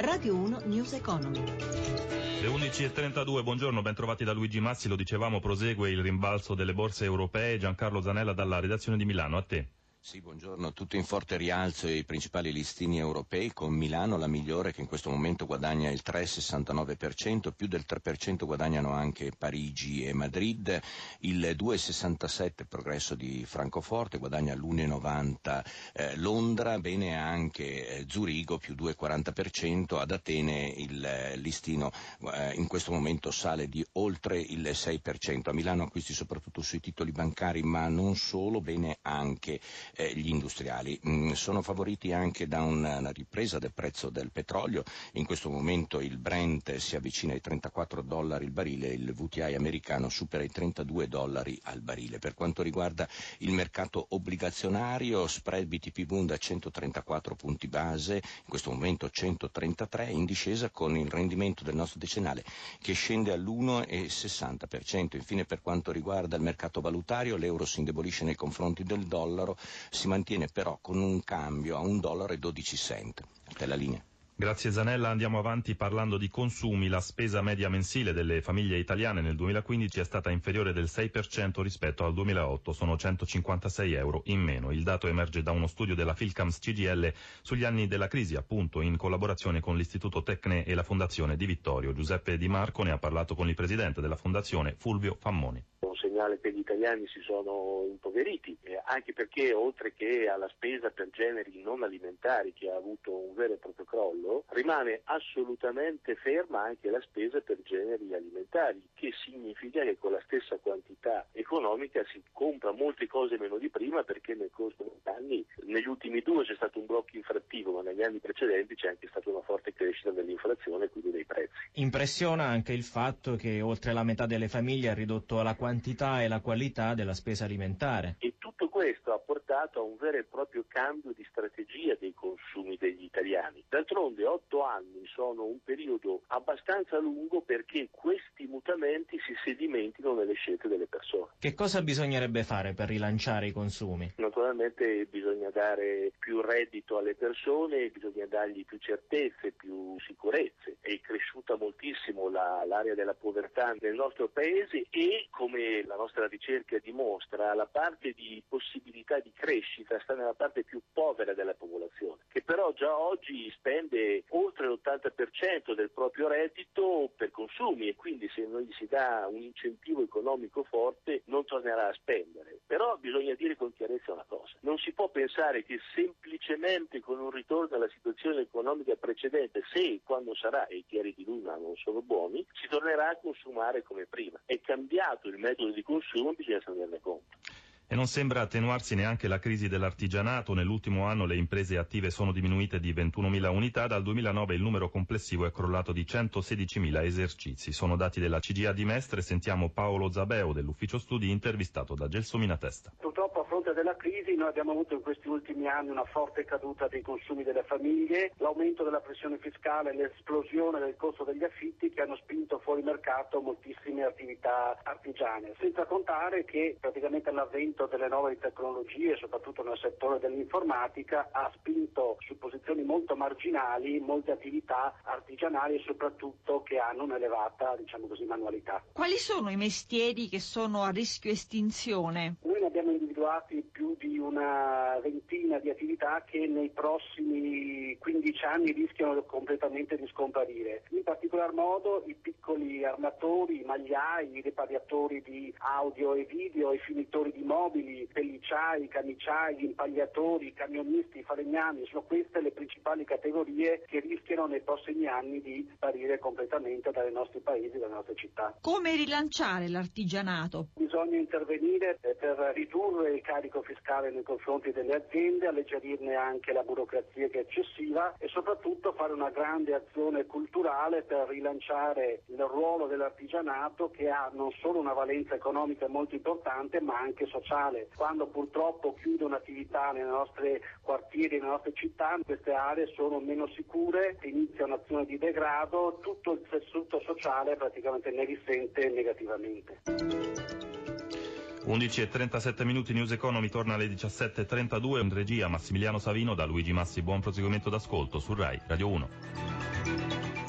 Radio 1 News Economy. Le 11.32, buongiorno, ben trovati da Luigi Massi, lo dicevamo, prosegue il rimbalzo delle borse europee. Giancarlo Zanella dalla redazione di Milano, a te. Sì, buongiorno. Tutto in forte rialzo i principali listini europei, con Milano la migliore che in questo momento guadagna il 3,69%, più del 3% guadagnano anche Parigi e Madrid, il 2,67% progresso di Francoforte, guadagna l'1,90% Londra, bene anche Zurigo più 2,40%, ad Atene il listino in questo momento sale di oltre il 6%, a Milano acquisti soprattutto sui titoli bancari ma non solo, bene anche gli industriali. Sono favoriti anche da una ripresa del prezzo del petrolio. In questo momento il Brent si avvicina ai $34 il barile, il WTI americano supera i $32 al barile. Per quanto riguarda il mercato obbligazionario, spread BTP Bund a 134 punti base, in questo momento 133, in discesa con il rendimento del nostro decennale che scende all'1,60%. Infine, per quanto riguarda il mercato valutario, l'euro si indebolisce nei confronti del dollaro, si mantiene però con un cambio a $1,12. A te la linea. Grazie Zanella, andiamo avanti parlando di consumi. La spesa media mensile delle famiglie italiane nel 2015 è stata inferiore del 6% rispetto al 2008, sono €156 in meno. Il dato emerge da uno studio della Philcams CGL sugli anni della crisi, appunto in collaborazione con l'Istituto Tecne e la Fondazione Di Vittorio. Giuseppe Di Marco ne ha parlato con il presidente della Fondazione, Fulvio Fammoni. Un segnale che gli italiani si sono impoveriti, anche perché oltre che alla spesa per generi non alimentari che ha avuto un vero e proprio crollo, rimane assolutamente ferma anche la spesa per generi alimentari, che significa che con la stessa quantità economica si compra molte cose meno di prima, perché nel corso degli anni, negli ultimi 2 c'è stato un blocco inflattivo, ma negli anni precedenti c'è anche stata una forte crescita dell'inflazione e quindi dei prezzi. Impressiona anche il fatto che oltre la metà delle famiglie ha ridotto la quantità e la qualità della spesa alimentare. E tutto questo ha portato a un vero e proprio cambio di strategia dei consumi degli italiani. D'altronde 8 anni sono un periodo abbastanza lungo perché questi mutamenti si sedimentino nelle scelte delle persone. Che cosa bisognerebbe fare per rilanciare i consumi? Naturalmente bisogna dare più reddito alle persone, bisogna dargli più certezze, più sicurezze. È cresciuta moltissimo l'area della povertà nel nostro paese e, come la nostra ricerca dimostra, la parte di possibilità di crescita sta nella parte più povera della popolazione, che però già oggi spende oltre l'80% del proprio reddito per consumi, e quindi se non gli si dà un incentivo economico forte non tornerà a spendere. Però bisogna dire con chiarezza una cosa: non si può pensare che semplicemente con un ritorno alla situazione economica precedente, se e quando sarà, e i chiari di luna non sono buoni, si tornerà a consumare come prima. È cambiato il metodo di consumo, bisogna tenerne conto. E non sembra attenuarsi neanche la crisi dell'artigianato. Nell'ultimo anno le imprese attive sono diminuite di 21.000 unità, dal 2009 il numero complessivo è crollato di 116.000 esercizi. Sono dati della CGIA di Mestre. Sentiamo Paolo Zabeo dell'ufficio studi, intervistato da Gelsomina Testa. Purtroppo a fronte della crisi noi abbiamo avuto in questi ultimi anni una forte caduta dei consumi delle famiglie, l'aumento della pressione fiscale, l'esplosione del costo degli affitti che hanno spinto fuori mercato moltissime attività artigiane, senza contare che praticamente l'avvento delle nuove tecnologie, soprattutto nel settore dell'informatica, ha spinto su posizioni molto marginali molte attività artigianali e soprattutto che hanno un'elevata, manualità. Quali sono i mestieri che sono a rischio estinzione? Noi ne abbiamo individuati più di una ventina di attività che nei prossimi 15 anni rischiano completamente di scomparire. In particolar modo i piccoli armatori, i magliai, i riparatori di audio e video, i finitori di mobili, pellicciai, camiciai, impagliatori, camionisti, falegnami. Sono queste le principali categorie che rischiano nei prossimi anni di sparire completamente dai nostri paesi, dalle nostre città. Come rilanciare l'artigianato? Bisogna intervenire per ridurre il carico fiscale nei confronti delle aziende, alleggerirne anche la burocrazia che è eccessiva e soprattutto fare una grande azione culturale per rilanciare il ruolo dell'artigianato, che ha non solo una valenza economica molto importante ma anche sociale. Quando purtroppo chiude un'attività nei nostri quartieri, nelle nostre città, queste aree sono meno sicure, inizia un'azione di degrado, tutto il tessuto sociale praticamente ne risente negativamente. 11:37 minuti, News Economy torna alle 17:32, in regia Massimiliano Savino, da Luigi Massi. Buon proseguimento d'ascolto su Rai Radio 1. Italia.